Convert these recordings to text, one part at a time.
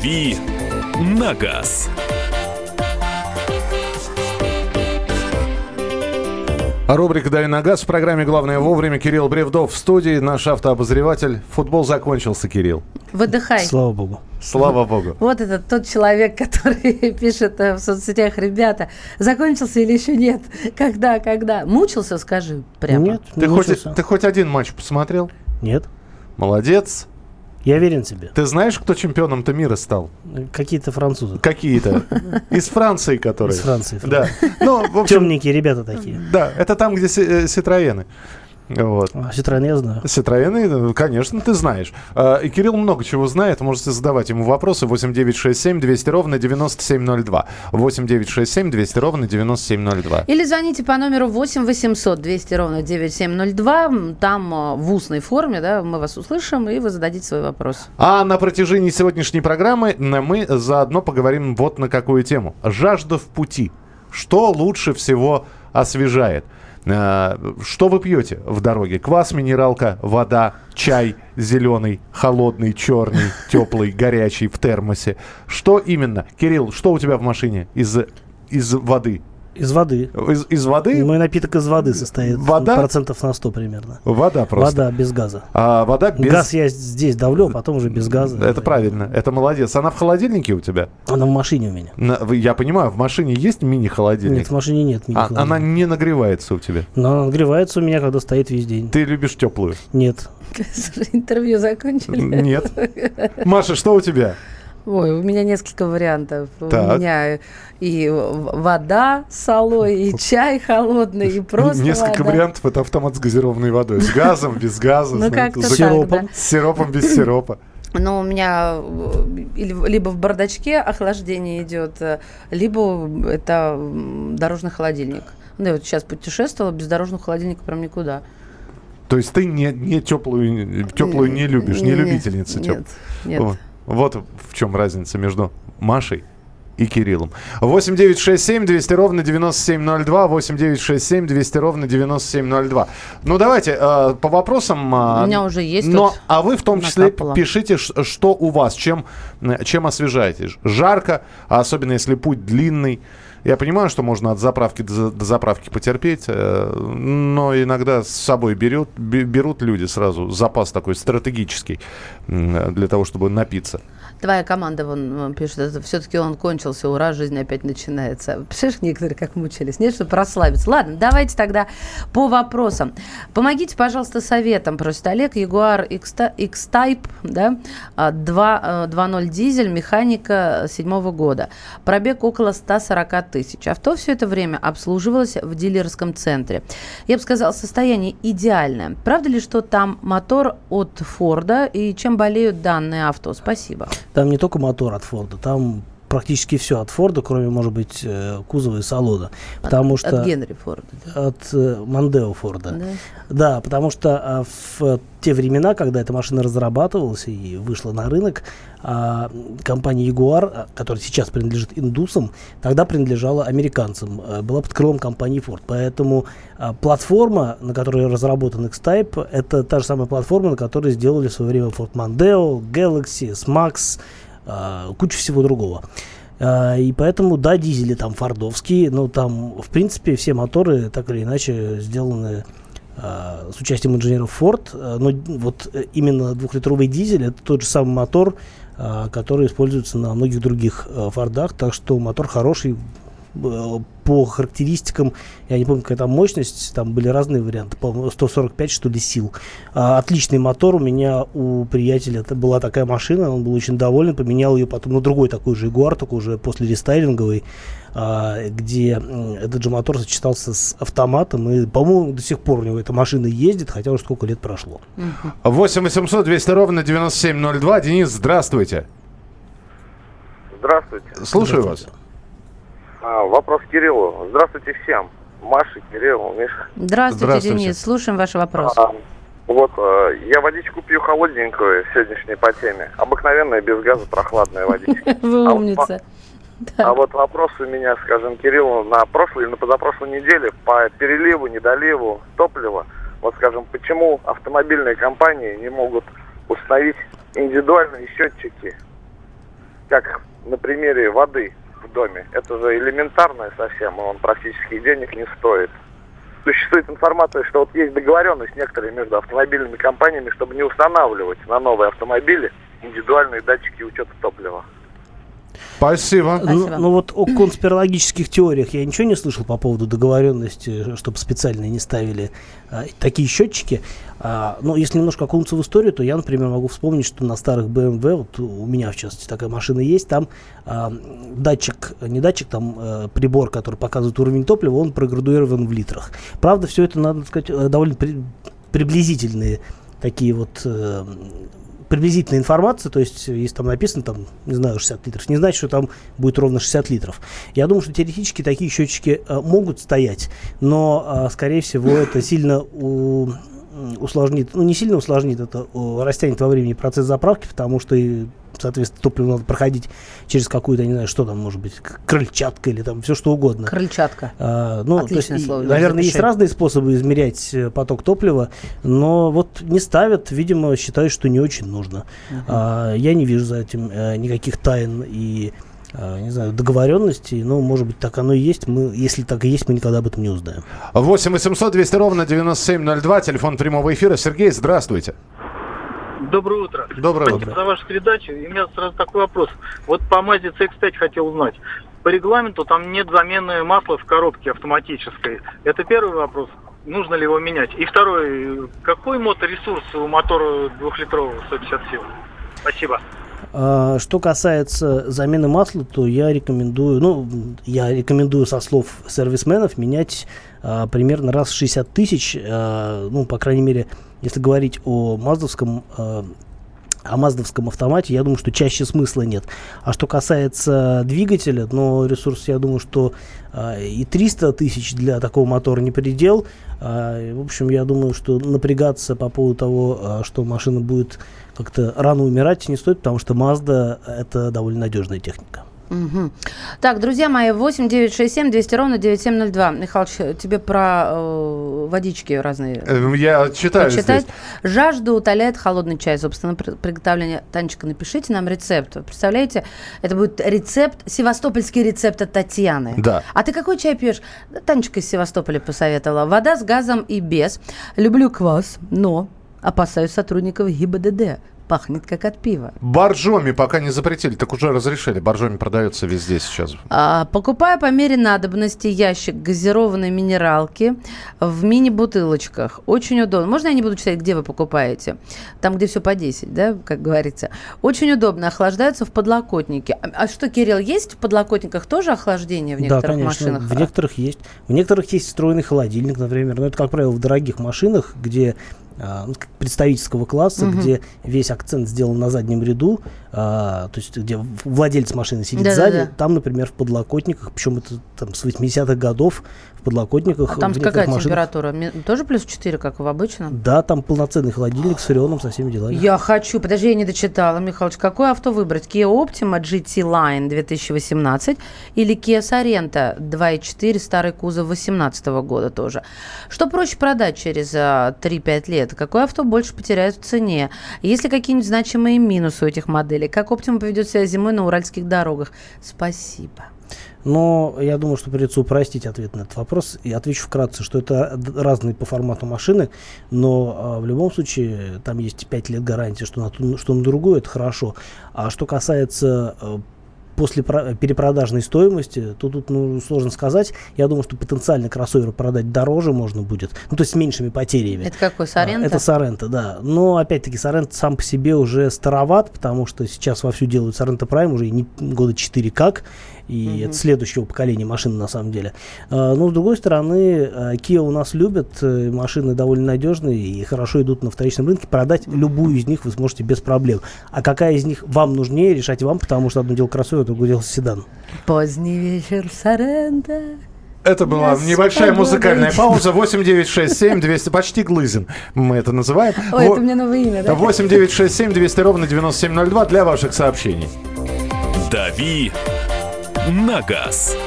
«Дави на газ». Рубрика «Дави на газ» в программе «Главное вовремя». Кирилл Бревдов в студии, наш автообозреватель. Футбол закончился, Кирилл. Выдыхай. Слава богу. Слава богу. Вот это тот человек, который пишет в соцсетях: ребята, закончился или еще нет? Когда? Мучился, скажи прямо. Нет, не мучился. Ты хоть один матч посмотрел? Нет. Молодец. Я верен тебе. Ты знаешь, кто чемпионом-то мира стал? Какие-то французы. Какие-то. Из Франции, которые. Из Франции. Да. Ну, в общем, темненькие ребята такие. да, это там, где Ситроены. Вот. Ситроен я знаю. Ситроены, конечно, ты знаешь. И Кирилл много чего знает. Можете задавать ему вопросы. 8-967-200-97-02. 8-967-200-97-02. Или звоните по номеру 8-800-200-97-02. Там в устной форме, да, мы вас услышим, и вы зададите свой вопрос. А на протяжении сегодняшней программы мы заодно поговорим вот на какую тему. Жажда в пути. Что лучше всего освежает? Что вы пьете в дороге? Квас, минералка, вода, чай зеленый, холодный, черный, теплый, горячий в термосе. Что именно? Кирилл, что у тебя в машине из воды? Из воды. Из воды? Мой напиток из воды состоит. Вода? Процентов на 100 примерно. Вода просто? Вода без газа. Вода без... Газ я здесь давлю, а потом уже без газа. Это правильно. Это молодец. Она в холодильнике у тебя? Она в машине у меня. Я понимаю, в машине есть мини-холодильник? Нет, в машине нет мини-холодильника. Она не нагревается у тебя? Но она нагревается у меня, когда стоит весь день. Ты любишь теплую? Нет. Интервью закончили? Нет. Маша, что у тебя? Ой, у меня несколько вариантов. Так. У меня и вода с солой, и чай холодный, и просто Несколько вода. вариантов. Это автомат с газированной водой. С газом, без газа. Ну, как-то с так, сиропом. да. С сиропом, без сиропа. Но у меня либо в бардачке охлаждение идет, либо это дорожный холодильник. Ну, я вот сейчас путешествовала, без дорожного холодильника прям никуда. То есть ты не теплую не любишь, не любительница теплой? Нет. Вот в чем разница между Машей и Кириллом. 8-967-200-97-02. 8-967-200-97-02. Ну, давайте по вопросам. У меня уже есть. А вы в том числе накапало. пишите, что у вас, чем освежаете. Жарко, особенно если путь длинный. Я понимаю, что можно от заправки до заправки потерпеть, но иногда с собой берут люди сразу запас такой стратегический для того, чтобы напиться. Твоя команда вон пишет, это все-таки он кончился, ура, жизнь опять начинается. Представляешь, некоторые как мучились, нет, чтобы расслабиться. Ладно, давайте тогда по вопросам. Помогите, пожалуйста, советом, просит Олег. Jaguar X-Type, да, 2.0 дизель, механика 7-го года. Пробег около 140 тысяч. Авто все это время обслуживалось в дилерском центре. Я бы сказала, состояние идеальное. Правда ли, что там мотор от Форда, и чем болеют данные авто? Спасибо. Там не только мотор от Форда, там практически все от Форда, кроме, может быть, кузова и салона. Потому что... От Генри Форда. Да? От Мондео Форда. Да? Да, потому что в те времена, когда эта машина разрабатывалась и вышла на рынок, компания Jaguar, которая сейчас принадлежит индусам, тогда принадлежала американцам, была под крылом компании Ford. Поэтому платформа, на которой разработан X-Type, это та же самая платформа, на которой сделали в свое время Ford Mondeo, Galaxy, S-Max, куча всего другого. И поэтому, да, дизели там фордовские, но там, в принципе, все моторы так или иначе сделаны с участием инженеров Ford. Но вот именно 2-литровый дизель — это тот же самый мотор, который используется на многих других Фордах. Так что мотор хороший. По характеристикам, я не помню, какая там мощность, там были разные варианты, по-моему, 145, что ли, сил. Отличный мотор у меня, у приятеля была такая машина, он был очень доволен, поменял ее потом на другой такой же Jaguar, только уже после рестайлинговой, где этот же мотор сочетался с автоматом, и, по-моему, до сих пор у него эта машина ездит, хотя уже сколько лет прошло. 8-800-200-97-02. Денис, здравствуйте. Здравствуйте. Слушаю вас. Вопрос Кириллу. Здравствуйте всем. Маша, Кирилл, Миша. Здравствуйте, Денис. Слушаем ваш вопрос. Я водичку пью холодненькую сегодняшней по теме. Обыкновенная, без газа, прохладная водичка. Вы умница. А вот вопрос у меня, скажем, Кириллу, на прошлой или на позапрошлой неделе по переливу, недоливу топлива. Вот, скажем, почему автомобильные компании не могут установить индивидуальные счетчики как на примере воды в доме. Это же элементарное совсем, он практически денег не стоит. Существует информация, что вот есть договоренность некоторые между автомобильными компаниями, чтобы не устанавливать на новые автомобили индивидуальные датчики учета топлива. Спасибо. Ну вот о конспирологических теориях я ничего не слышал по поводу договоренности, чтобы специально не ставили такие счетчики. Но если немножко окунуться в историю, то я, например, могу вспомнить, что на старых BMW, вот у меня, в частности, такая машина есть, там там прибор, который показывает уровень топлива, он проградуирован в литрах. Правда, все это, надо сказать, довольно приблизительные такие вот... приблизительная информация, то есть, если там написано, там, не знаю, 60 литров, не значит, что там будет ровно 60 литров. Я думаю, что теоретически такие счетчики могут стоять, но, скорее всего, это сильно усложнит, не сильно усложнит, это растянет во времени процесс заправки, потому что, соответственно, топливо надо проходить через какую-то, не знаю, что там может быть, крыльчатка или там все что угодно. Крыльчатка. Отличное слово. Наверное, есть разные способы измерять поток топлива, но вот не ставят, видимо, считают, что не очень нужно. Я не вижу за этим никаких тайн и, не знаю, договоренностей, но, может быть, так оно и есть. Если так и есть, мы никогда об этом не узнаем. 8 800 200 ровно 9702, телефон прямого эфира. Сергей, здравствуйте. Доброе утро. Доброе Спасибо за вашу передачу. И у меня сразу такой вопрос. Вот по Mazda CX-5 хотел узнать. По регламенту там нет замены масла в коробке автоматической. Это первый вопрос. Нужно ли его менять? И второй. Какой моторесурс у мотора 2-литрового 150 сил? Спасибо. Что касается замены масла, то я рекомендую со слов сервисменов менять примерно раз в 60 тысяч, по крайней мере, если говорить о маздовском автомате, я думаю, что чаще смысла нет. А что касается двигателя, ресурс, я думаю, что и 300 тысяч для такого мотора не предел. В общем, я думаю, что напрягаться по поводу того, что машина будет как-то рано умирать, не стоит, потому что Mazda — это довольно надежная техника. Угу. Так, друзья мои, 8 967 200 ровно 9702. Михалыч, тебе про водички разные. Я читаю почитать. Здесь. Жажду утоляет холодный чай. Собственно, приготовление. Танечка, напишите нам рецепт. Представляете, это будет рецепт, севастопольский рецепт от Татьяны. Да. А ты какой чай пьешь? Танечка из Севастополя посоветовала. Вода с газом и без. Люблю квас, но опасаюсь сотрудников ГИБДД. Пахнет как от пива. Боржоми пока не запретили, так уже разрешили. Боржоми продается везде сейчас. Покупаю по мере надобности ящик газированной минералки в мини-бутылочках. Очень удобно. Можно я не буду читать, где вы покупаете? Там, где все по 10, да, как говорится. Очень удобно. Охлаждаются в подлокотнике. А что, Кирилл, есть в подлокотниках тоже охлаждение в некоторых машинах? В некоторых есть. В некоторых есть встроенный холодильник, например. Но это, как правило, в дорогих машинах, где представительского класса, где весь акцент сделан на заднем ряду, то есть где владелец машины сидит сзади, там, например, в подлокотниках, причем это там с 80-х годов в подлокотниках. А там какая температура? Тоже плюс 4, как в обычном? Да, там полноценный холодильник с фреоном, со всеми делами. Я хочу, подожди, я не дочитала, Михалыч, какое авто выбрать? Kia Optima GT Line 2018 или Kia Sorento 2.4, старый кузов 2018 года тоже? Что проще продать через 3-5 лет? Какое авто больше потеряет в цене? Есть ли какие-нибудь значимые минусы у этих моделей? Как Optima поведет себя зимой на уральских дорогах? Спасибо. Но я думаю, что придется упростить ответ на этот вопрос. И отвечу вкратце, что это разные по формату машины, но в любом случае там есть 5 лет гарантии, что на другую это хорошо. А что касается после перепродажной стоимости, то тут сложно сказать. Я думаю, что потенциально кроссовер продать дороже можно будет. То есть с меньшими потерями. Это какой, Sorento? Это Sorento, да. Но, опять-таки, Sorento сам по себе уже староват, потому что сейчас вовсю делают Sorento Prime уже не года 4 как. И это следующего поколения машин на самом деле. Но с другой стороны, Kia у нас любят, машины довольно надежные и хорошо идут на вторичном рынке. Продать любую из них вы сможете без проблем. А какая из них вам нужнее, решать вам, потому что одно дело кроссовер, другое дело седан. Поздний вечер в Sorento. Это была небольшая музыкальная пауза. 8967 200, почти Глызин мы это называем. Ой, это у меня новое имя, да? 8967 200 ровно 9702 для ваших сообщений. Дави на газ.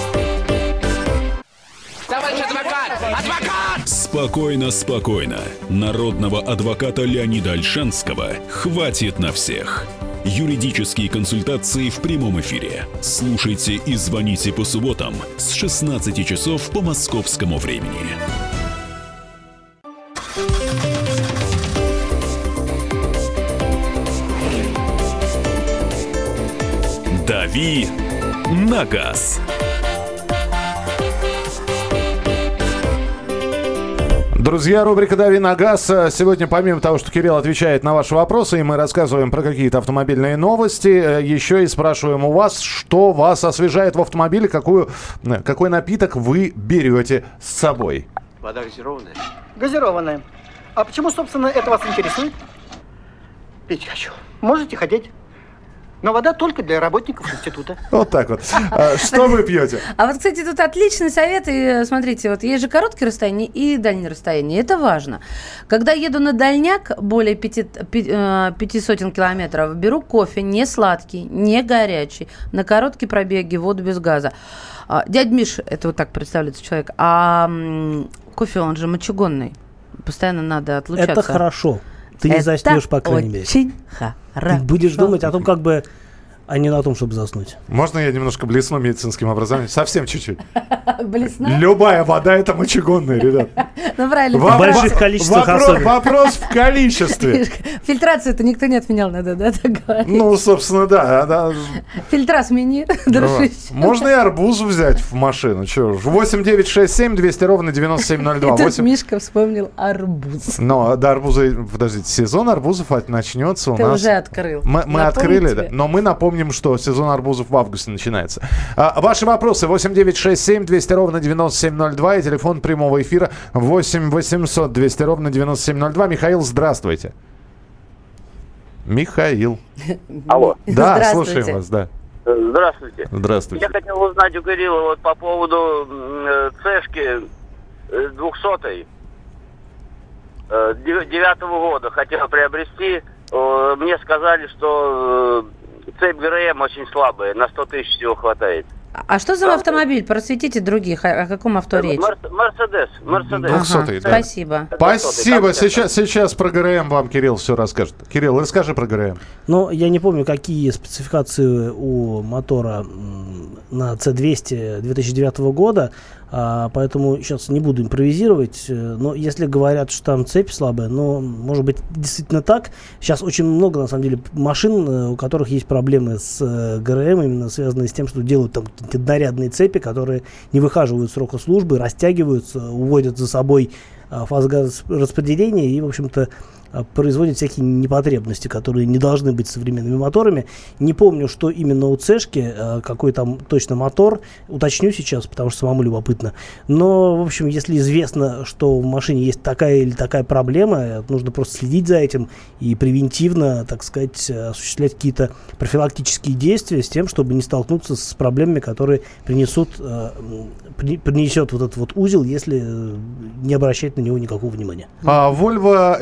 Товарищ адвокат! Адвокат! Спокойно, спокойно. Народного адвоката Леонида Ольшанского хватит на всех. Юридические консультации в прямом эфире. Слушайте и звоните по субботам с 16 часов по московскому времени. «Дави на газ». Друзья, рубрика «Дави на газ». Сегодня, помимо того, что Кирилл отвечает на ваши вопросы, и мы рассказываем про какие-то автомобильные новости, еще и спрашиваем у вас, что вас освежает в автомобиле, какой напиток вы берете с собой. Вода газированная? Газированная. А почему, собственно, это вас интересует? Пить хочу. Можете хотеть. Но вода только для работников института. Вот так вот. Что вы пьете? А вот, кстати, тут отличный совет. И смотрите, вот есть же короткие расстояния и дальние расстояния. Это важно. Когда еду на дальняк, более 500 километров, беру кофе не сладкий, не горячий, на короткие пробеги, воду без газа. Дядь Миш, это вот так представляется человек, а кофе, он же мочегонный. Постоянно надо отлучаться. Это хорошо. Ты не заснешь, по крайней мере. Очень хорошо. Ты будешь думать о том, как бы, а не на том, чтобы заснуть. Можно я немножко блесну медицинским образованием? Совсем чуть-чуть. Блесну? Любая вода – это мочегонная, ребят. Ну, правильно. В больших количествах особенно. Вопрос в количестве. Фильтрацию-то никто не отменял, надо, да, так говорить? Ну, собственно, да. Фильтра смени, дружище. Можно и арбуз взять в машину. Че, 8967 200 ровно 9702. Тут Мишка вспомнил арбуз. Но до арбуза, подождите, сезон арбузов начнется у нас. Ты уже открыл. Мы открыли, да, но мы напомним, что сезон арбузов в августе начинается. Ваши вопросы 8967 200 ровно 9702 и телефон прямого эфира 8 800 200 ровно 9702. Михаил, здравствуйте. Михаил. Алло. Да, слушаем вас, да. Здравствуйте. Здравствуйте. Я хотел узнать у Кирилла вот по поводу цешки 200-й 9-го года. Хотел приобрести. Мне сказали, что цепь ГРМ очень слабая, на 100 тысяч всего хватает. А что за автомобиль? Просветите других. О каком авто речь? Мерседес. 200-й, да. Спасибо. Спасибо. Сейчас про ГРМ вам Кирилл все расскажет. Кирилл, расскажи про ГРМ. Ну, я не помню, какие спецификации у мотора на C200 2009 года, поэтому сейчас не буду импровизировать. Но если говорят, что там цепь слабая, но может быть действительно так. Сейчас очень много, на самом деле, машин, у которых есть проблемы с ГРМ, именно связанные с тем, что делают там какие-то нарядные цепи, которые не выхаживают срока службы, растягиваются, уводят за собой фазгаз-распределение и, в общем-то, производят всякие непотребности, которые не должны быть современными моторами. Не помню, что именно у Цешки, какой там точно мотор. Уточню сейчас, потому что самому любопытно. Но, в общем, если известно, что в машине есть такая или такая проблема, нужно просто следить за этим и превентивно, так сказать, осуществлять какие-то профилактические действия с тем, чтобы не столкнуться с проблемами, которые принесет вот этот вот узел, если не обращать на него никакого внимания. Volvo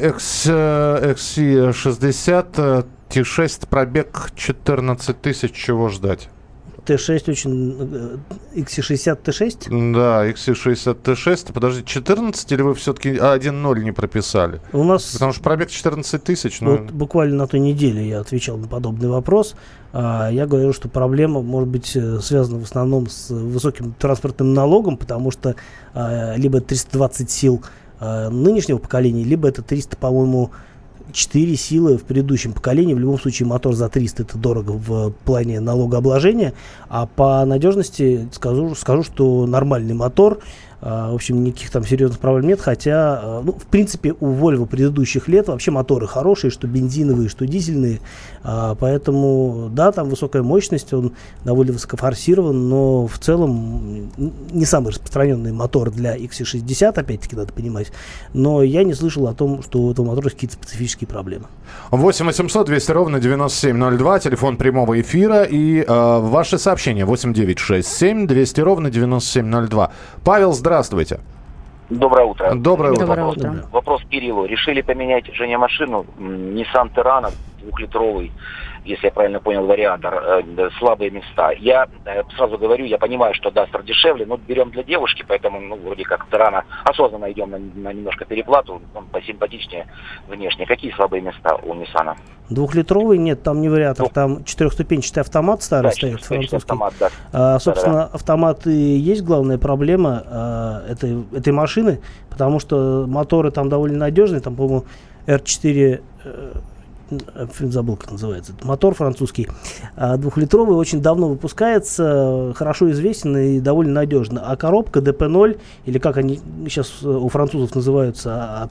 XC60 T6, пробег 14 тысяч, чего ждать? Т6 очень... XC60 Т6? Да, XC60 Т6. Подождите, 14 или вы все-таки 1.0 не прописали? У нас... Потому что пробег 14 тысяч. Вот буквально на той неделе я отвечал на подобный вопрос. Я говорю, что проблема может быть связана в основном с высоким транспортным налогом, потому что либо 320 сил нынешнего поколения, либо это 300, по-моему, 4 силы в предыдущем поколении. В любом случае мотор за 300 это дорого в плане налогообложения. А по надежности скажу, что нормальный мотор. В общем, никаких там серьезных проблем нет. Хотя, в принципе, у Volvo предыдущих лет вообще моторы хорошие, что бензиновые, что дизельные. Поэтому, да, там высокая мощность, он довольно высокофорсирован, но в целом не самый распространенный мотор для XC60, опять-таки, надо понимать. Но я не слышал о том, что у этого мотора есть какие-то специфические проблемы. 8 800 200 ровно 9702, телефон прямого эфира и ваши сообщения 8 967 200 ровно 9702. Павел, здравствуйте. Доброе утро. Доброе утро. Вопрос Кириллу. Решили поменять жене машину. Nissan Terrano 2-литровый. если я правильно понял, вариатор, слабые места. Я сразу говорю, я понимаю, что Duster дешевле, но берем для девушки, поэтому, вроде как рано, осознанно идем на немножко переплату, он посимпатичнее внешне. Какие слабые места у Nissan? Двухлитровый? Нет, там не вариатор, там четырехступенчатый автомат старый стоит, французский. Автомат, да. Собственно, автомат и есть главная проблема этой машины, потому что моторы там довольно надежные, там, по-моему, R4, забыл, как называется, мотор французский, двухлитровый, очень давно выпускается, хорошо известен и довольно надежно. А коробка DP0, или как они сейчас у французов называются,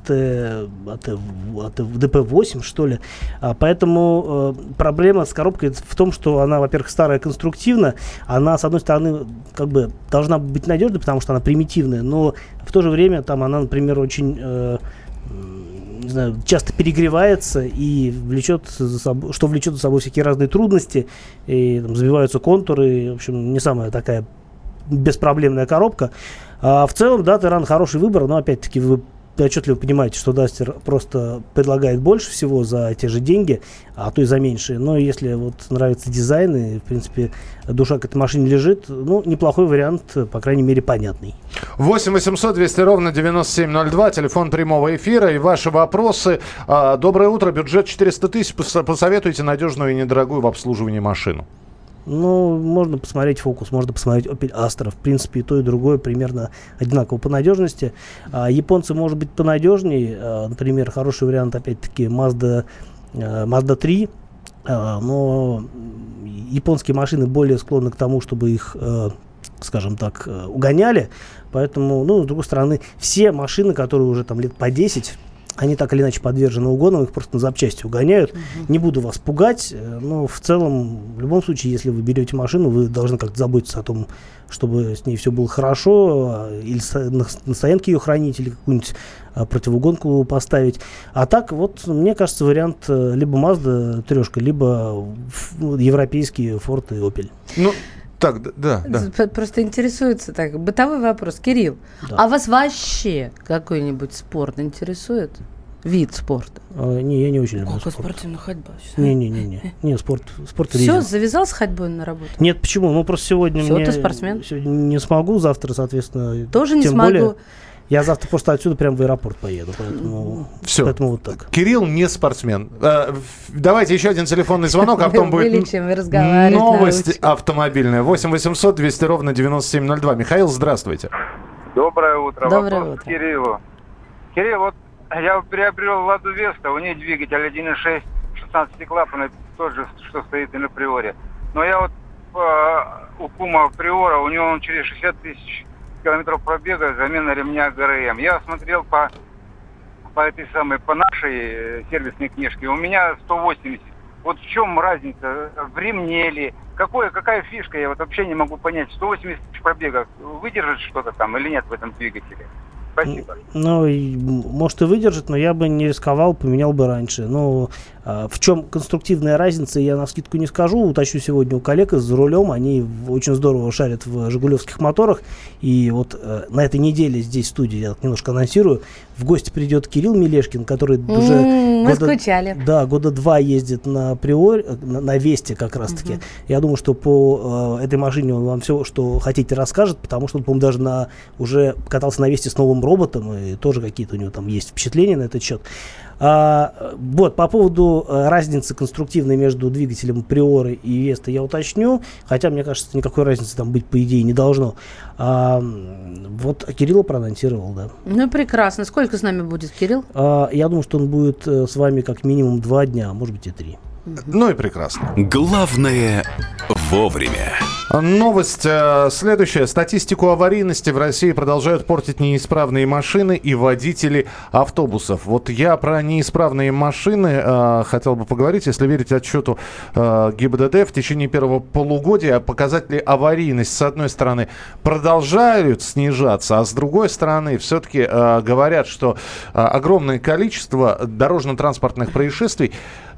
DP8, что ли. Поэтому проблема с коробкой в том, что она, во-первых, старая конструктивна, она, с одной стороны, как бы должна быть надежной, потому что она примитивная, но в то же время там она, например, очень... не знаю, часто перегревается и влечет за собой, что влечет за собой всякие разные трудности, и там забиваются контуры, в общем, не самая такая беспроблемная коробка. А в целом, да, Терран хороший выбор, но опять-таки вы отчетливо понимаете, что Duster просто предлагает больше всего за те же деньги, а то и за меньшие. Но если вот нравится дизайн и, в принципе, душа к этой машине лежит, неплохой вариант, по крайней мере, понятный. 8 800 200 ровно 9702, телефон прямого эфира и ваши вопросы. Доброе утро, бюджет 400 тысяч, посоветуйте надежную и недорогую в обслуживании машину. Можно посмотреть Focus, можно посмотреть Opel Astra. В принципе, и то, и другое примерно одинаково по надежности. Японцы, может быть, понадежнее. Например, хороший вариант, опять-таки, Mazda 3. Но японские машины более склонны к тому, чтобы их, скажем так, угоняли. Поэтому, с другой стороны, все машины, которые уже там лет по 10... они так или иначе подвержены угонам, их просто на запчасти угоняют. Не буду вас пугать, но в целом, в любом случае, если вы берете машину, вы должны как-то заботиться о том, чтобы с ней все было хорошо, или на стоянке ее хранить, или какую-нибудь противоугонку поставить. А так, мне кажется, вариант либо Mazda 3, либо европейские Ford и Opel. Так, да. Просто интересуется так. Бытовой вопрос. Кирилл, а вас вообще какой-нибудь спорт интересует? Вид спорта? Не, я не очень люблю спорт. Спортивная ходьба? Не, спорт Все, завязал с ходьбой на работу? Нет, почему? Просто сегодня ты спортсмен? Сегодня не смогу, завтра, соответственно, тоже не смогу. Более, я завтра просто отсюда прямо в аэропорт поеду, поэтому вот так. Кирилл не спортсмен. Давайте еще один телефонный звонок, а потом будет новость автомобильная. 8 800 200 ровно 9702. Михаил, здравствуйте. Доброе утро. Доброе утро. Кириллу. Кирилл, я приобрел Ладу Веста, у нее двигатель 1.6, 16 клапанов, тот же, что стоит и на Приоре. Но я у кума Приора, у него он через 60 тысяч километров пробега, замена ремня ГРМ. Я смотрел по нашей сервисной книжке, у меня 180. Вот в чем разница? В ремне ли? Какая фишка? Я вообще не могу понять. 180 тысяч пробега выдержит что-то там или нет в этом двигателе? Спасибо. Может и выдержит, но я бы не рисковал, поменял бы раньше. В чем конструктивная разница, я навскидку не скажу. Уточню сегодня у коллег за рулем. Они очень здорово шарят в жигулевских моторах. И на этой неделе здесь в студии, я немножко анонсирую, в гости придет Кирилл Мелешкин, который уже мы скучали. года 2 ездит на Приоре, на Весте как раз-таки. Я думаю, что по этой машине он вам все, что хотите, расскажет, потому что он, по-моему, даже уже катался на Весте с новым роботом, и тоже какие-то у него там есть впечатления на этот счет. По поводу разницы конструктивной между двигателем Приоры и Веста я уточню, хотя, мне кажется, никакой разницы там быть, по идее, не должно. Кирилл проанонсировал, да. Прекрасно. Сколько с нами будет Кирилл? Я думаю, что он будет с вами как минимум 2 дня, а может быть и 3. И прекрасно. Главное вовремя. Новость следующая. Статистику аварийности в России продолжают портить неисправные машины и водители автобусов. Я про неисправные машины хотел бы поговорить. Если верить отчету ГИБДД, в течение первого полугодия показатели аварийности, с одной стороны, продолжают снижаться, а с другой стороны, все-таки говорят, что огромное количество дорожно-транспортных происшествий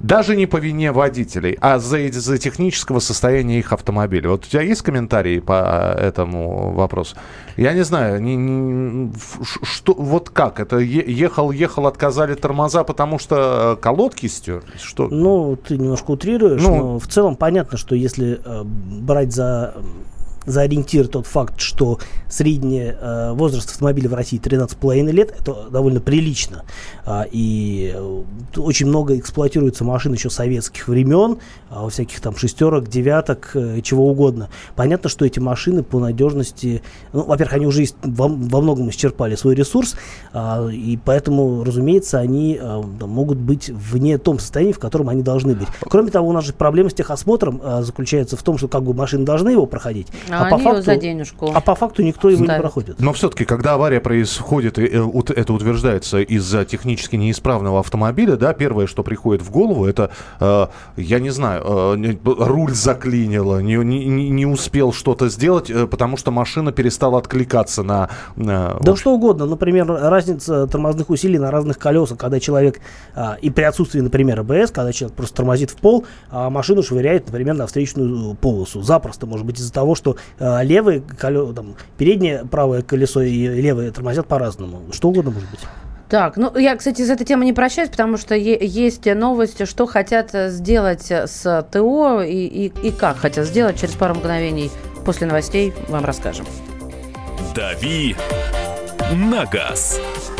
Даже не по вине водителей, а из-за технического состояния их автомобиля. Вот у тебя есть комментарии по этому вопросу? Я не знаю, что, вот как это? Ехал, отказали тормоза, потому что колодки стерлись? Что? Ну, ты немножко утрируешь, но в целом понятно, что если брать за ориентир тот факт, что средний возраст автомобиля в России 13,5 лет, это довольно прилично. И очень много эксплуатируется машин еще советских времен, во всяких там шестерок, девяток, чего угодно. Понятно, что эти машины по надежности, ну, во-первых, они уже во многом исчерпали свой ресурс, и поэтому, разумеется, они могут быть в не том состоянии, в котором они должны быть. Кроме того, у нас же проблема с техосмотром заключается в том, что как бы машины должны его проходить, а по факту, за денежку по факту никто его не проходит. Но все-таки, когда авария происходит, это утверждается из-за технически неисправного автомобиля, да, первое, что приходит в голову, это, я не знаю, руль заклинило, не успел что-то сделать, потому что машина перестала откликаться на... Да что угодно. Например, разница тормозных усилий на разных колесах, когда человек, и при отсутствии, например, АБС, когда человек просто тормозит в пол, а машину швыряет, например, на встречную полосу. Запросто, может быть, из-за того, что левое колесо, переднее правое колесо и левое тормозят по-разному. Что угодно может быть. Так, ну я, кстати, из этой темы не прощаюсь, потому что есть новости, что хотят сделать с ТО и как хотят сделать. Через пару мгновений после новостей вам расскажем. «Дави на газ».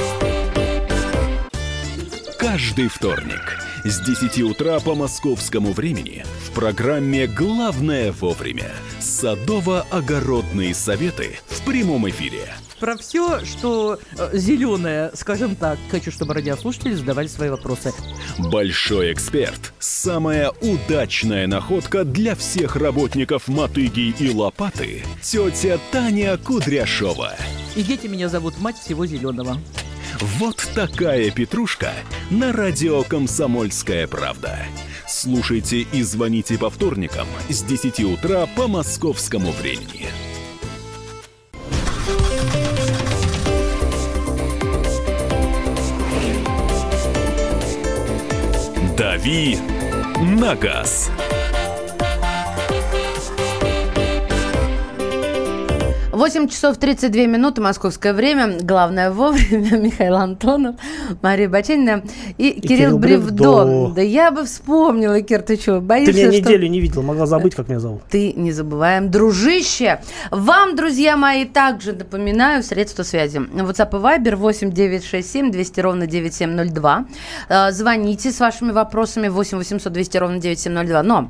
Каждый вторник с 10 утра по московскому времени в программе «Главное вовремя» садово-огородные советы в прямом эфире. Про все, что зеленое, скажем так, хочу, чтобы радиослушатели задавали свои вопросы. Большой эксперт. Самая удачная находка для всех работников мотыги и лопаты. Тетя Таня Кудряшова. И дети меня зовут мать всего зеленого. Вот такая петрушка на радио «Комсомольская правда». Слушайте и звоните по вторникам с 10 утра по московскому времени. «Дави на газ». 8 часов 32 минуты, московское время. Главное вовремя. Михаил Антонов, Мария Баченина и Кирилл Бревдо. Да я бы вспомнила, Кир, ты что, боишься? Ты меня неделю не видел, могла забыть, как меня зовут. Ты не забываем, дружище. Вам, друзья мои, также напоминаю средства связи. WhatsApp и Viber 8 967 200 ровно 9702. Звоните с вашими вопросами 8 800 200 ровно 9702. Но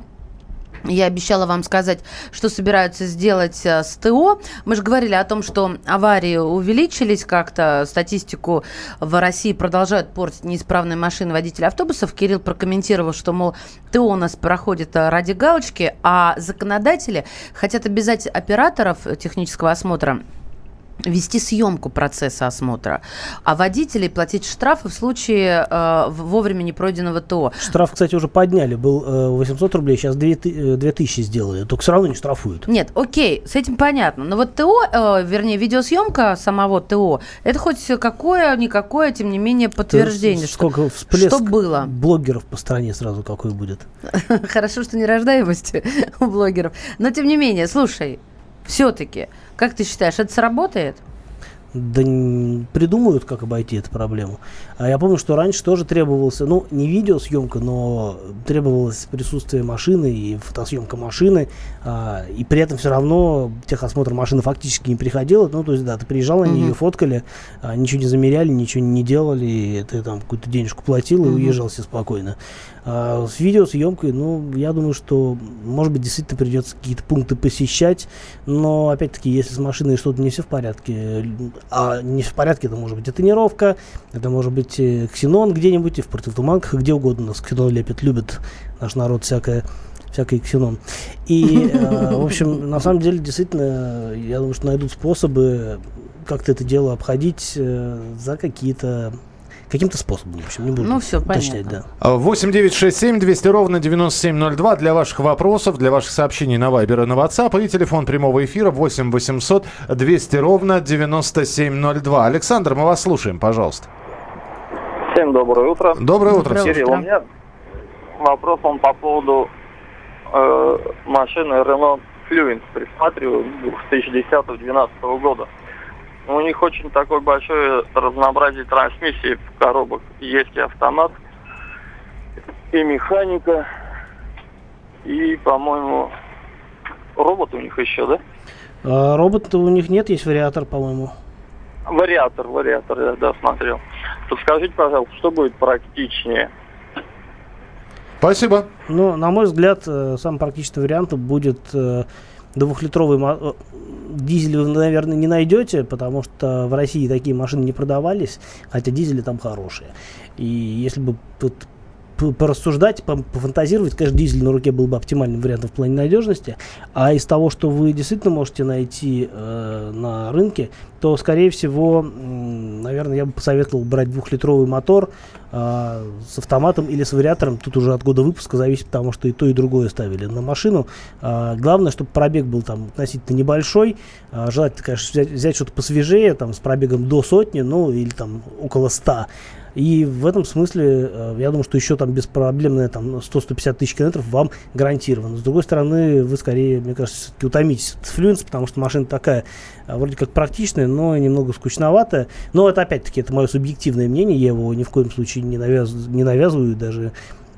я обещала вам сказать, что собираются сделать с ТО. Мы же говорили о том, что аварии увеличились как-то. Статистику в России продолжают портить неисправные машины водителей автобусов. Кирилл прокомментировал, что, мол, ТО у нас проходит ради галочки, а законодатели хотят обязать операторов технического осмотра вести съемку процесса осмотра, а водителей платить штрафы в случае вовремя не пройденного ТО. Штраф, кстати, уже подняли. Был 800 рублей, сейчас 2000 сделали. Только все равно не штрафуют. Нет, окей, с этим понятно. Но вот ТО, вернее, видеосъемка самого ТО, это хоть какое-никакое, тем не менее, подтверждение, сколько всплеск что было. Блогеров по стране сразу какой будет. Хорошо, что не рождаемость у блогеров. Но, тем не менее, слушай, все-таки, как ты считаешь, это сработает? Да придумают, как обойти эту проблему. А я помню, что раньше тоже требовался, не видеосъемка, но требовалось присутствие машины и фотосъемка машины, и при этом все равно техосмотр машины фактически не приходил. То есть, да, ты приезжал, они ее фоткали, ничего не замеряли, ничего не делали, и ты там какую-то денежку платил и уезжал себе спокойно. А с видеосъемкой, я думаю, что, может быть, действительно придется какие-то пункты посещать, но, опять-таки, если с машиной что-то не все в порядке, а не в порядке, это может быть и тонировка, это может быть ксенон где-нибудь, и в Портовтуманках, где угодно нас ксенон любит наш народ, всякий ксенон. И, в общем, на самом деле, действительно, я думаю, что найдут способы как-то это дело обходить за каким-то способом, в общем, не буду уточнять, да. 8 967 200 ровно 9702 для ваших вопросов, для ваших сообщений на Viber и на WhatsApp, и телефон прямого эфира 8 800 200 ровно 9702. Александр, мы вас слушаем, пожалуйста. Всем доброе утро. Доброе утро. Кирилл, у меня вопрос он по поводу машины Renault Fluence. Присматриваю 2010-2012 года. У них очень такое большое разнообразие трансмиссий в коробок. Есть и автомат, и механика, и, по-моему, робот у них еще, да? Робота у них нет, есть вариатор, по-моему. Вариатор, я, да, смотрел. Подскажите, пожалуйста, что будет практичнее? Спасибо. Ну, на мой взгляд, самый практичный вариант будет двухлитровый дизель вы, наверное, не найдете, потому что в России такие машины не продавались, хотя дизели там хорошие. И если бы порассуждать, пофантазировать, конечно, дизель на руке был бы оптимальным вариантом в плане надежности. А из того, что вы действительно можете найти на рынке, то, скорее всего, наверное, я бы посоветовал брать двухлитровый мотор с автоматом или с вариатором. Тут уже от года выпуска зависит, потому что и то, и другое ставили на машину. Главное, чтобы пробег был там относительно небольшой. Желательно, конечно, взять что-то посвежее, там, с пробегом до 100, ну, или там около 100. И в этом смысле, я думаю, что еще там беспроблемные там 100-150 тысяч километров вам гарантировано. С другой стороны, вы скорее, мне кажется, все-таки утомитесь от Fluence, потому что машина такая, вроде как практичная, но немного скучноватая. Но это, опять-таки, это мое субъективное мнение, я его ни в коем случае не навязываю, даже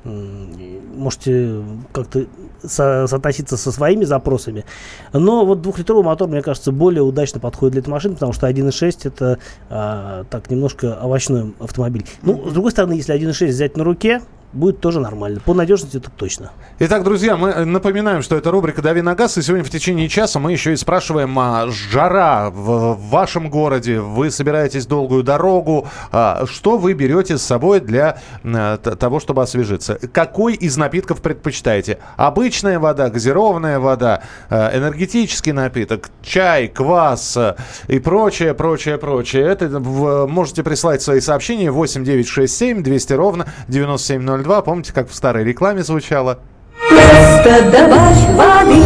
можете как-то соотноситься со своими запросами. Но вот двухлитровый мотор, мне кажется, более удачно подходит для этой машины, потому что 1.6 это так немножко овощной автомобиль. Ну, с другой стороны, если 1.6 взять на руке, будет тоже нормально. По надежности это точно. Итак, друзья, мы напоминаем, что это рубрика «Дави на газ», и сегодня в течение часа мы еще и спрашиваем: жара в вашем городе, вы собираетесь долгую дорогу, что вы берете с собой для того, чтобы освежиться? Какой из напитков предпочитаете? Обычная вода, газированная вода, энергетический напиток, чай, квас и прочее. Это можете прислать свои сообщения 8 967 200 ровно 9702. Помните, как в старой рекламе звучало? Просто добавь воды.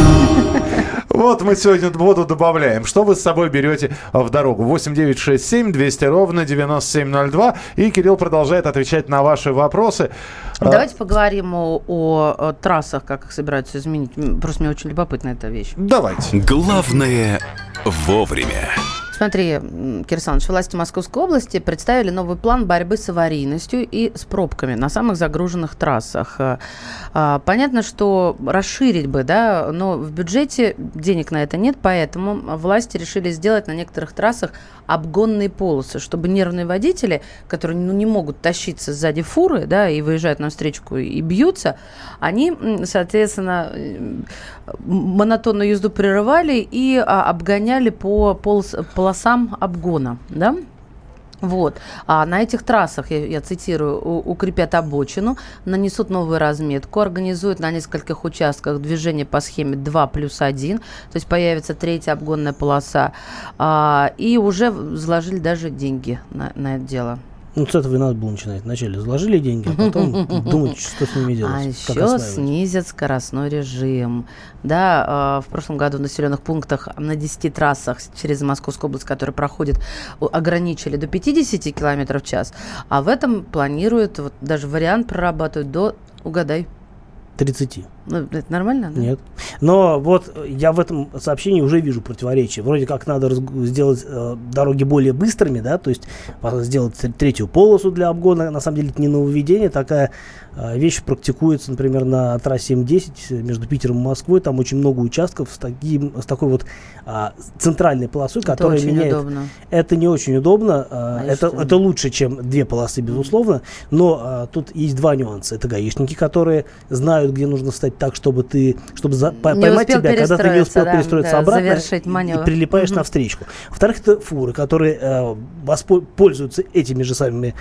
Вот мы сегодня воду добавляем. Что вы с собой берете в дорогу? 8 967 200 ровно 9702. И Кирилл продолжает отвечать на ваши вопросы. Давайте поговорим о трассах, как их собираются изменить. Просто мне очень любопытна эта вещь. Давайте. Главное вовремя. Смотри, Кирсанович, власти Московской области представили новый план борьбы с аварийностью и с пробками на самых загруженных трассах. Понятно, что расширить бы, да, но в бюджете денег на это нет, поэтому власти решили сделать на некоторых трассах обгонные полосы, чтобы нервные водители, которые не могут тащиться сзади фуры, да, и выезжают на встречку и бьются, они, соответственно, монотонную езду прерывали и обгоняли по полосам обгона, да? Вот. А на этих трассах, я цитирую, укрепят обочину, нанесут новую разметку, организуют на нескольких участках движение по схеме 2+1, то есть появится третья обгонная полоса, и уже заложили даже деньги на это дело. Ну, с этого и надо было начинать. Вначале заложили деньги, а потом думать, что с ними делать. А еще снизят скоростной режим. Да, в прошлом году в населенных пунктах на 10 трассах через Московскую область, которые проходят, ограничили до 50 км в час. А в этом планируют, вот даже вариант прорабатывают до, угадай, 30. Ну, это нормально, да? Нет. Но вот я в этом сообщении уже вижу противоречие. Вроде как надо сделать дороги более быстрыми, да, то есть сделать третью полосу для обгона. На самом деле это не нововведение. Такая вещь практикуется, например, на трассе М10 между Питером и Москвой. Там очень много участков с такой вот центральной полосой, это которая меняет. Удобно. Это не очень удобно. Это лучше, чем две полосы, безусловно. Но тут есть два нюанса. Это гаишники, которые знают, где нужно встать так, чтобы поймать тебя, когда ты не успел перестроиться обратно и прилипаешь на встречку. Во-вторых, это фуры, которые пользуются этими же самыми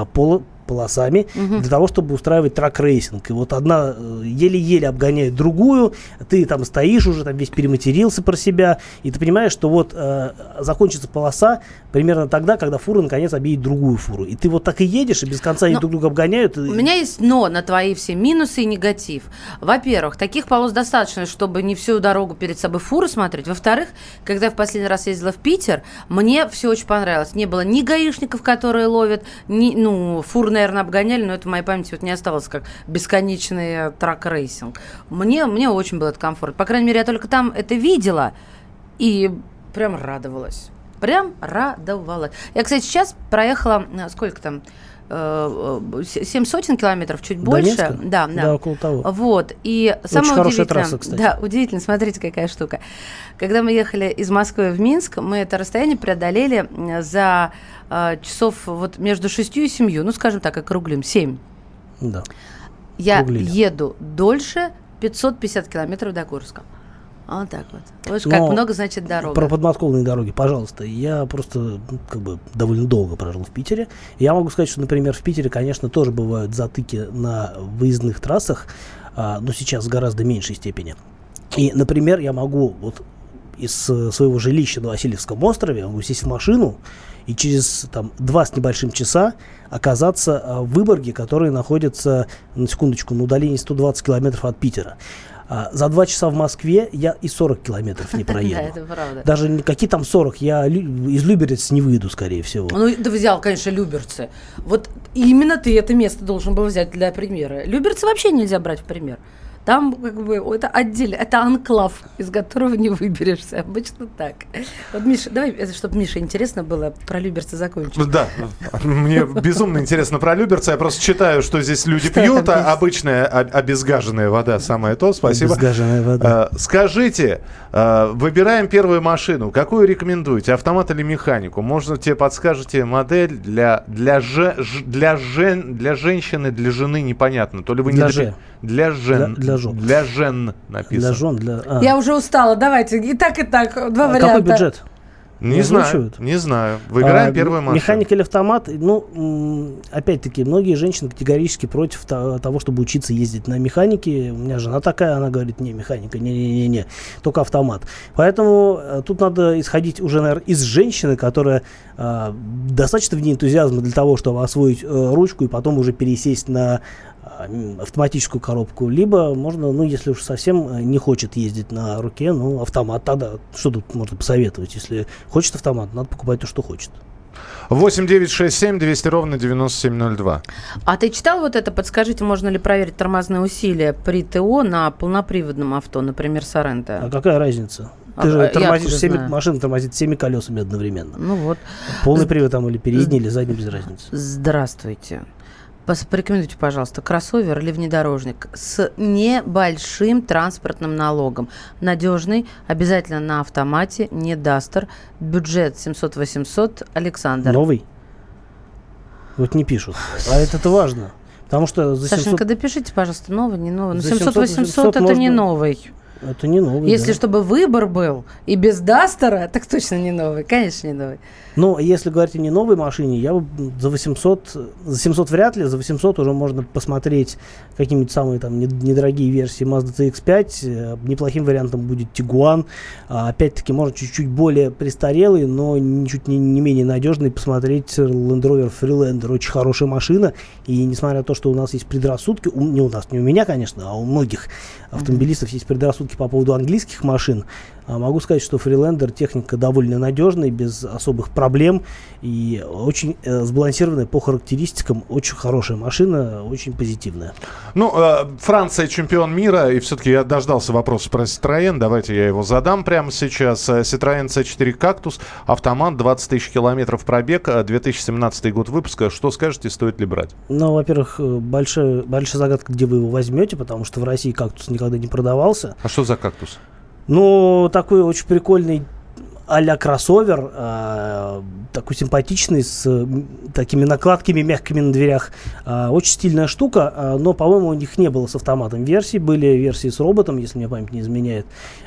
полосами для того, чтобы устраивать трак-рейсинг. И вот одна еле-еле обгоняет другую, ты там стоишь уже, там весь перематерился про себя, и ты понимаешь, что вот закончится полоса примерно тогда, когда фура наконец объедет другую фуру. И ты вот так и едешь, и без конца они друг друга обгоняют. У меня есть но на твои все минусы и негатив. Во-первых, таких полос достаточно, чтобы не всю дорогу перед собой фуры смотреть. Во-вторых, когда я в последний раз ездила в Питер, мне все очень понравилось. Не было ни гаишников, которые ловят, фурные наверное, обгоняли, но это в моей памяти вот не осталось как бесконечный трак-рейсинг. Мне очень был это комфорт. По крайней мере, я только там это видела и прям радовалась. Прям радовалась. Я, кстати, сейчас проехала, сколько там, 700 километров, чуть больше. Донецка? Да, около того. Вот. И самое хорошая трасса, кстати. Да, удивительно, смотрите, какая штука. Когда мы ехали из Москвы в Минск, мы это расстояние преодолели за часов вот между 6 и 7, ну, скажем так, округлим, 7. Да. Я Округлили. еду дольше 550 километров до Курска. Вот так вот. Вот как много значит дорога. Про подмосковные дороги, пожалуйста. Я просто довольно долго прожил в Питере. Я могу сказать, что, например, в Питере, конечно, тоже бывают затыки на выездных трассах, но сейчас в гораздо меньшей степени. И, например, я могу вот из своего жилища на Васильевском острове могу сесть в машину и через 2 с небольшим часа оказаться в Выборге, который находится, на секундочку, на удалении 120 километров от Питера. За 2 часа в Москве я и 40 километров не проеду. Да, это правда. Даже какие там 40, я из Люберец не выйду, скорее всего. Ну, ты взял, конечно, Люберцы. Вот именно ты это место должен был взять для примера. Люберцы вообще нельзя брать в пример. Там это отдельно, это анклав, из которого не выберешься. Обычно так. Вот, Миша, давай, чтобы Мише интересно было про Люберцы закончить. Да, мне безумно интересно про Люберцы. Я просто читаю, что здесь люди пьют. Обычная обезгаженная вода, самое то. Спасибо. Обезгаженная вода. Скажите, выбираем первую машину. Какую рекомендуете? Автомат или механику? Можно тебе подскажете модель для женщины, для жены непонятно. То ли вы не для жен. Для жен написано. Для жен, Я уже устала, давайте и так, два варианта. Какой бюджет? Не знаю. Выбираем первую машину. Механик или автомат? Ну, опять-таки, многие женщины категорически против того, чтобы учиться ездить на механике. У меня жена такая, она говорит, не, механика, не, только автомат. Поэтому тут надо исходить уже, наверное, из женщины, которая достаточно в ней энтузиазма для того, чтобы освоить ручку и потом уже пересесть на автоматическую коробку, либо можно, если уж совсем не хочет ездить на руке, автомат тогда. Что тут можно посоветовать? Если хочет автомат, надо покупать то, что хочет. 8-967-200-97-02. А ты читал вот это? Подскажите, можно ли проверить тормозные усилия при ТО на полноприводном авто, например, Соренто? А какая разница? Ты же тормозишь машина тормозит 7 колесами одновременно. Ну вот. Полный привод там или передний, или задний, без разницы. Здравствуйте. Порекомендуйте, пожалуйста, кроссовер или внедорожник с небольшим транспортным налогом. Надежный, обязательно на автомате, не Дастер. Бюджет 700-800. Александр. Новый? Вот не пишут. А это важно. Потому что за 700... Сашенька, допишите, пожалуйста, новый, не новый. 700-800 это можно... не новый. Это не новый, Если чтобы выбор был и без Дастера, так точно не новый. Конечно, не новый. Но если говорить о не новой машине, я бы за 700 вряд ли, за 800 уже можно посмотреть какие-нибудь самые там недорогие версии Mazda CX-5. Неплохим вариантом будет Tiguan. Опять-таки, можно чуть-чуть более престарелый, но ничуть не менее надежный посмотреть Land Rover Freelander. Очень хорошая машина. И несмотря на то, что у нас есть предрассудки, не у нас, не у меня, конечно, а у многих автомобилистов есть предрассудки по поводу английских машин, могу сказать, что Freelander техника довольно надежная, без особых проблем и очень сбалансированная по характеристикам. Очень хорошая машина, очень позитивная. Франция чемпион мира, и все-таки я дождался вопроса про Citroën. Давайте я его задам прямо сейчас. Citroën C4 Cactus, автомат, 20 тысяч километров пробег, 2017 год выпуска. Что скажете, стоит ли брать? Во-первых, большая загадка, где вы его возьмете, потому что в России Cactus никогда не продавался. А что за Cactus? Такой очень прикольный а-ля кроссовер, такой симпатичный, с такими накладками мягкими на дверях. Очень стильная штука, но, по-моему, у них не было с автоматом версий. Были версии с роботом, если мне память не изменяет.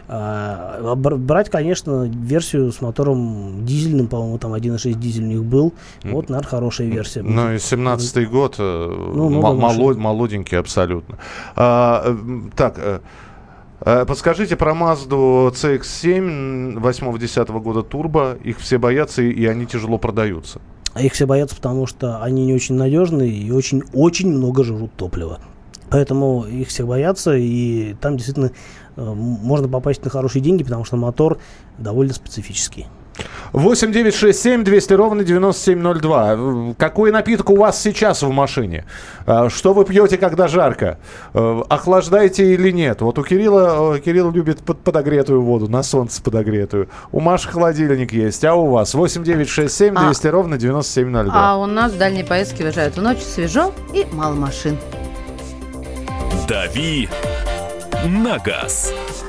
Брать, конечно, версию с мотором дизельным, по-моему, там 1.6 дизель у них был. Вот, наверное, хорошая версия. И 17-й год, молоденький абсолютно. Подскажите про Mazda CX-7 8-10 года турбо. Их все боятся, и они тяжело продаются. А их все боятся, потому что они не очень надежные и очень много жрут топлива. Поэтому их все боятся, и там действительно можно попасть на хорошие деньги, потому что мотор довольно специфический. 8 200 ровно 9702. Какой напиток у вас сейчас в машине? Что вы пьете, когда жарко? Охлаждаете или нет? Вот у Кирилла, Кирилл любит подогретую воду, на солнце подогретую. У Маши холодильник есть, а у вас? 8 967 200 ровно 9702. А у нас в дальней поездке уезжают в ночь, свежо и мало машин. «Дави на газ».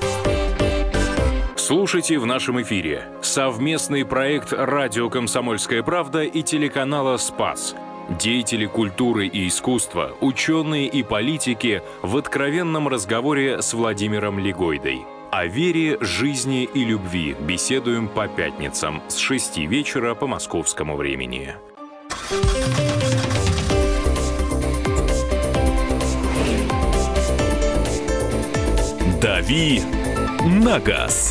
Слушайте в нашем эфире совместный проект «Радио Комсомольская правда» и телеканала «Спас». Деятели культуры и искусства, ученые и политики в откровенном разговоре с Владимиром Легойдой. О вере, жизни и любви беседуем по пятницам с 6 вечера по московскому времени. «Дави на газ».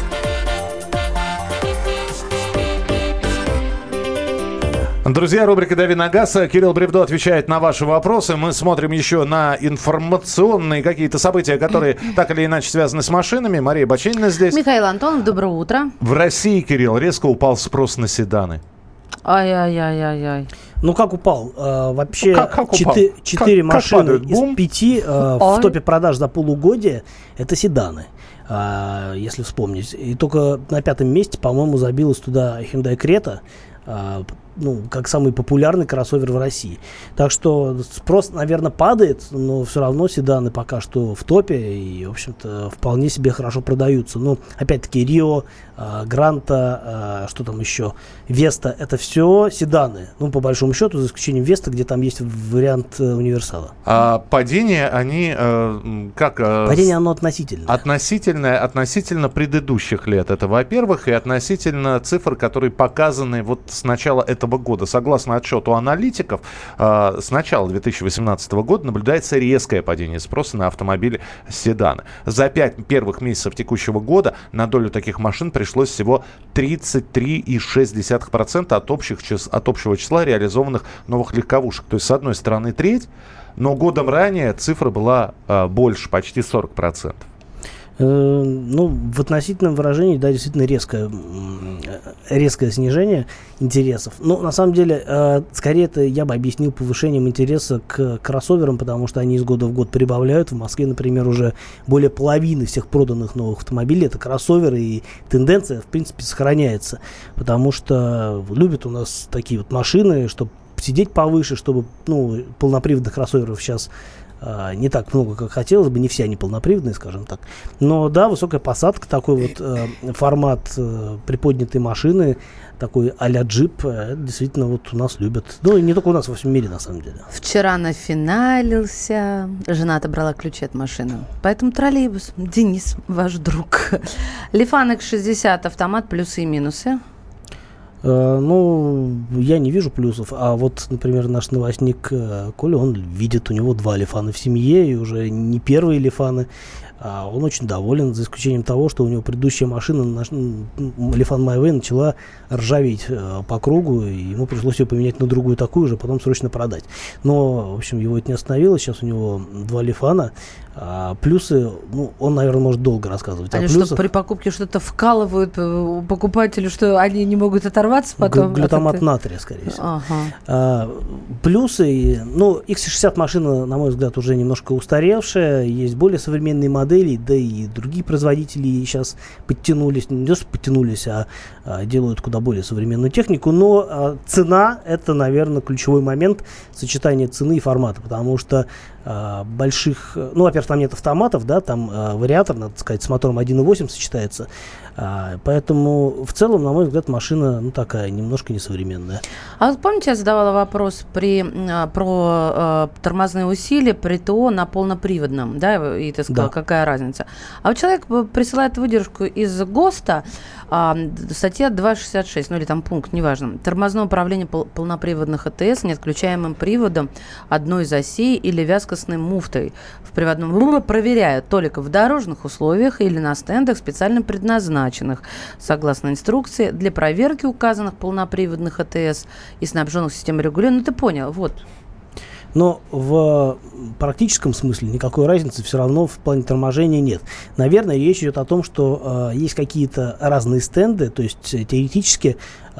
Друзья, рубрика «Дави на газ». Кирилл Бревдо отвечает на ваши вопросы. Мы смотрим еще на информационные какие-то события, которые так или иначе связаны с машинами. Мария Баченина здесь. Михаил Антонов, доброе утро. В России, Кирилл, резко упал спрос на седаны. Ай-яй-яй-яй-яй. Ну, как упал? Вообще, 4 машины из 5 в топе продаж за полугодие – это седаны, если вспомнить. И только на 5-м месте, по-моему, забилась туда Hyundai Creta, как самый популярный кроссовер в России. Так что спрос, наверное, падает, но все равно седаны пока что в топе и, в общем-то, вполне себе хорошо продаются. Ну, опять-таки, Рио, Гранта, что там еще, Веста, это все седаны. Ну, по большому счету, за исключением Веста, где там есть вариант универсала. А падение, они как? Падение, оно относительное. Относительно предыдущих лет. Это, во-первых, и относительно цифр, которые показаны вот с начала этого года. Согласно отчету аналитиков, с начала 2018 года наблюдается резкое падение спроса на автомобили седаны. За 5 первых месяцев текущего года на долю таких машин пришлось всего 33,6% от общего числа реализованных новых легковушек. То есть, с одной стороны, треть, но годом ранее цифра была больше, почти 40%. Ну, в относительном выражении, да, действительно резкое снижение интересов. Но на самом деле, скорее это я бы объяснил повышением интереса к кроссоверам, потому что они из года в год прибавляют. В Москве, например, уже более половины всех проданных новых автомобилей это кроссоверы, и тенденция, в принципе, сохраняется, потому что любят у нас такие вот машины, чтобы сидеть повыше, чтобы, полноприводных кроссоверов сейчас не так много, как хотелось бы, не все они полноприводные, скажем так. Но да, высокая посадка, такой вот формат приподнятой машины, такой а-ля джип, действительно вот у нас любят. Ну и не только у нас, во всем мире, на самом деле. Вчера нафиналился, жена отобрала ключи от машины, поэтому троллейбус. Денис, ваш друг. Лифан X60, автомат, плюсы и минусы. Я не вижу плюсов, а вот, например, наш новостник Коля, он видит, у него 2 лифана в семье, и уже не первые лифаны. Он очень доволен, за исключением того, что у него предыдущая машина, Лифан My Way, начала ржаветь по кругу, и ему пришлось ее поменять на другую такую же, потом срочно продать. Но, в общем, его это не остановило, сейчас у него 2 лифана. Плюсы, он, наверное, может долго рассказывать. Они что, при покупке что-то вкалывают покупателю, что они не могут оторваться потом? Глютамат натрия, скорее всего. Ага. Плюсы, X60 машина, на мой взгляд, уже немножко устаревшая, есть более современные модели, да и другие производители сейчас подтянулись, не то что подтянулись, а делают куда более современную технику, но цена — это, наверное, ключевой момент сочетания цены и формата, потому что больших, во-первых, там нет автоматов, да, там вариатор, надо сказать, с мотором 1.8 сочетается, поэтому в целом, на мой взгляд, машина, такая, немножко несовременная. А вот помните, я задавала вопрос про тормозные усилия при ТО на полноприводном, да, и ты сказала, какая разница. А вот человек присылает выдержку из ГОСТа, статья 2.66, или там пункт, неважно. Тормозное управление полноприводных АТС неотключаемым приводом одной из осей или вязкостной муфтой в приводном проверяют только в дорожных условиях или на стендах, специально предназначенных, согласно инструкции, для проверки указанных полноприводных АТС и снабженных системой регулирования. Ты понял, вот. Но в практическом смысле никакой разницы все равно в плане торможения нет. Наверное, речь идет о том, что есть какие-то разные стенды, то есть теоретически,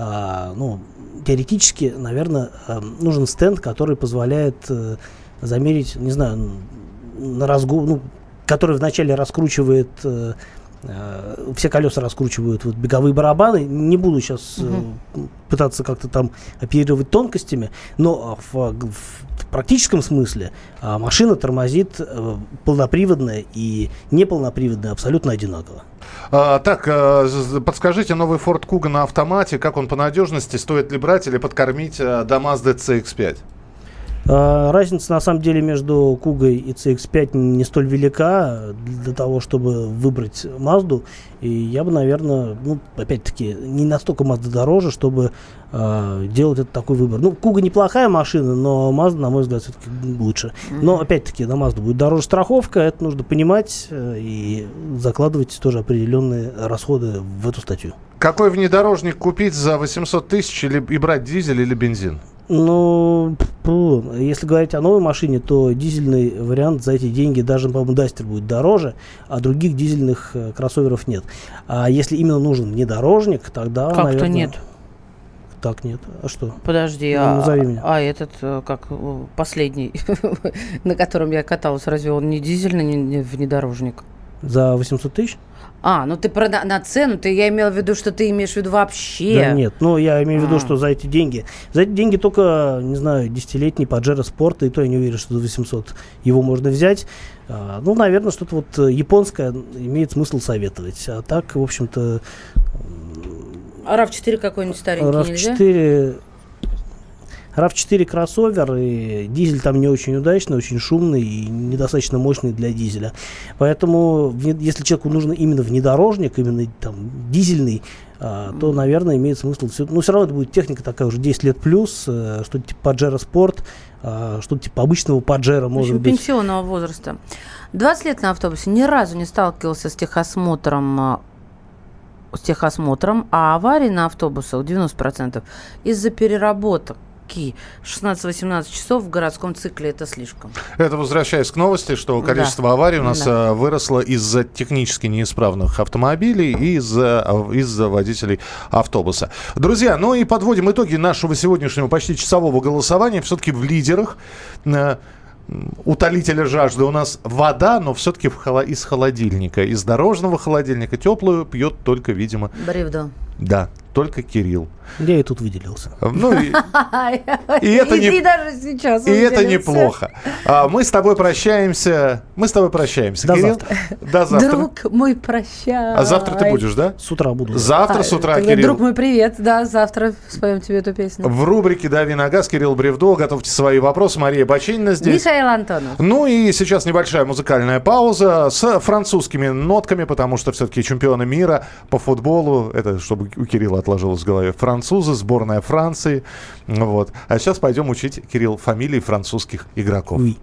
наверное, нужен стенд, который позволяет замерить, не знаю, который вначале раскручивает, все колеса раскручивают беговые барабаны. Не буду сейчас пытаться как-то там оперировать тонкостями, но в практическом смысле машина тормозит полноприводная и неполноприводная абсолютно одинаково. Подскажите, новый Ford Kuga на автомате, как он по надежности, стоит ли брать или подкормить до Mazda CX-5? Разница, на самом деле, между Кугой и CX-5 не столь велика для того, чтобы выбрать Mazda. И я бы, наверное, опять-таки, не настолько Mazda дороже, чтобы делать такой выбор. Куга неплохая машина, но Mazda, на мой взгляд, все-таки лучше. Но, опять-таки, на Mazda будет дороже страховка. Это нужно понимать и закладывать тоже определенные расходы в эту статью. Какой внедорожник купить за 800 тысяч и брать дизель или бензин? Если говорить о новой машине, то дизельный вариант за эти деньги, даже, по-моему, Duster будет дороже, а других дизельных кроссоверов нет. А если именно нужен внедорожник, тогда, как-то наверное... нет. Так нет. А что? Подожди, назови меня. Этот, как последний, на котором я каталась, разве он не дизельный, не внедорожник? За 800 тысяч? Ты на цену, я имела в виду, что ты имеешь в виду вообще. Да нет, я имею в виду, что за эти деньги только, не знаю, 10-летний Pajero Sport, и то я не уверен, что за 800 его можно взять. Наверное, что-то японское имеет смысл советовать. А так, в общем-то... А RAV4 какой-нибудь старенький нельзя? RAV4 кроссовер, и дизель там не очень удачный, очень шумный и недостаточно мощный для дизеля. Поэтому, если человеку нужен именно внедорожник, именно там дизельный, то, наверное, имеет смысл. Все равно это будет техника такая уже 10 лет плюс, что-то типа Pajero Sport, что-то типа обычного Pajero, может быть. Пенсионного возраста. 20 лет на автобусе, ни разу не сталкивался с техосмотром, а аварий на автобусах 90% из-за переработок. 16-18 часов в городском цикле — это слишком. Это возвращаясь к новости, что количество аварий у нас выросло из-за технически неисправных автомобилей и из-за водителей автобуса. Друзья, и подводим итоги нашего сегодняшнего почти часового голосования. Все-таки в лидерах утолителя жажды у нас вода, но все-таки из холодильника. Из дорожного холодильника теплую пьет только, видимо... Бревдо. Да, только Кирилл. Я и тут выделился. И даже сейчас и это неплохо. Мы с тобой прощаемся. До Кирилл. До завтра. Друг мой, прощай. А завтра ты будешь, да? С утра буду. Завтра с утра, Кирилл. Друг мой, привет. Да, завтра споем тебе эту песню. В рубрике «Дави на газ» Кирилл Бревдо. Готовьте свои вопросы. Мария Бачинина здесь. Михаил Антонов. И сейчас небольшая музыкальная пауза с французскими нотками, потому что все-таки чемпионы мира по футболу, это чтобы у Кирилла отложилось в голове, французы, сборная Франции. А сейчас пойдем учить, Кирилл, фамилии французских игроков. Oui.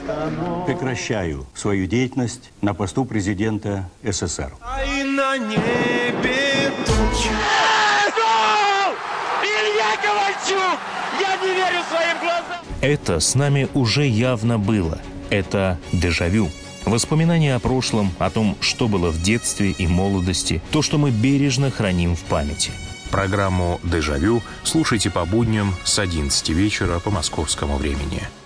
Прекращаю свою деятельность на посту президента СССР. И на небе тучи. Илья Ковальчук! Я не верю своим глазам! Это с нами уже явно было. Это дежавю. Воспоминания о прошлом, о том, что было в детстве и молодости, то, что мы бережно храним в памяти. Программу «Дежавю» слушайте по будням с 11 вечера по московскому времени.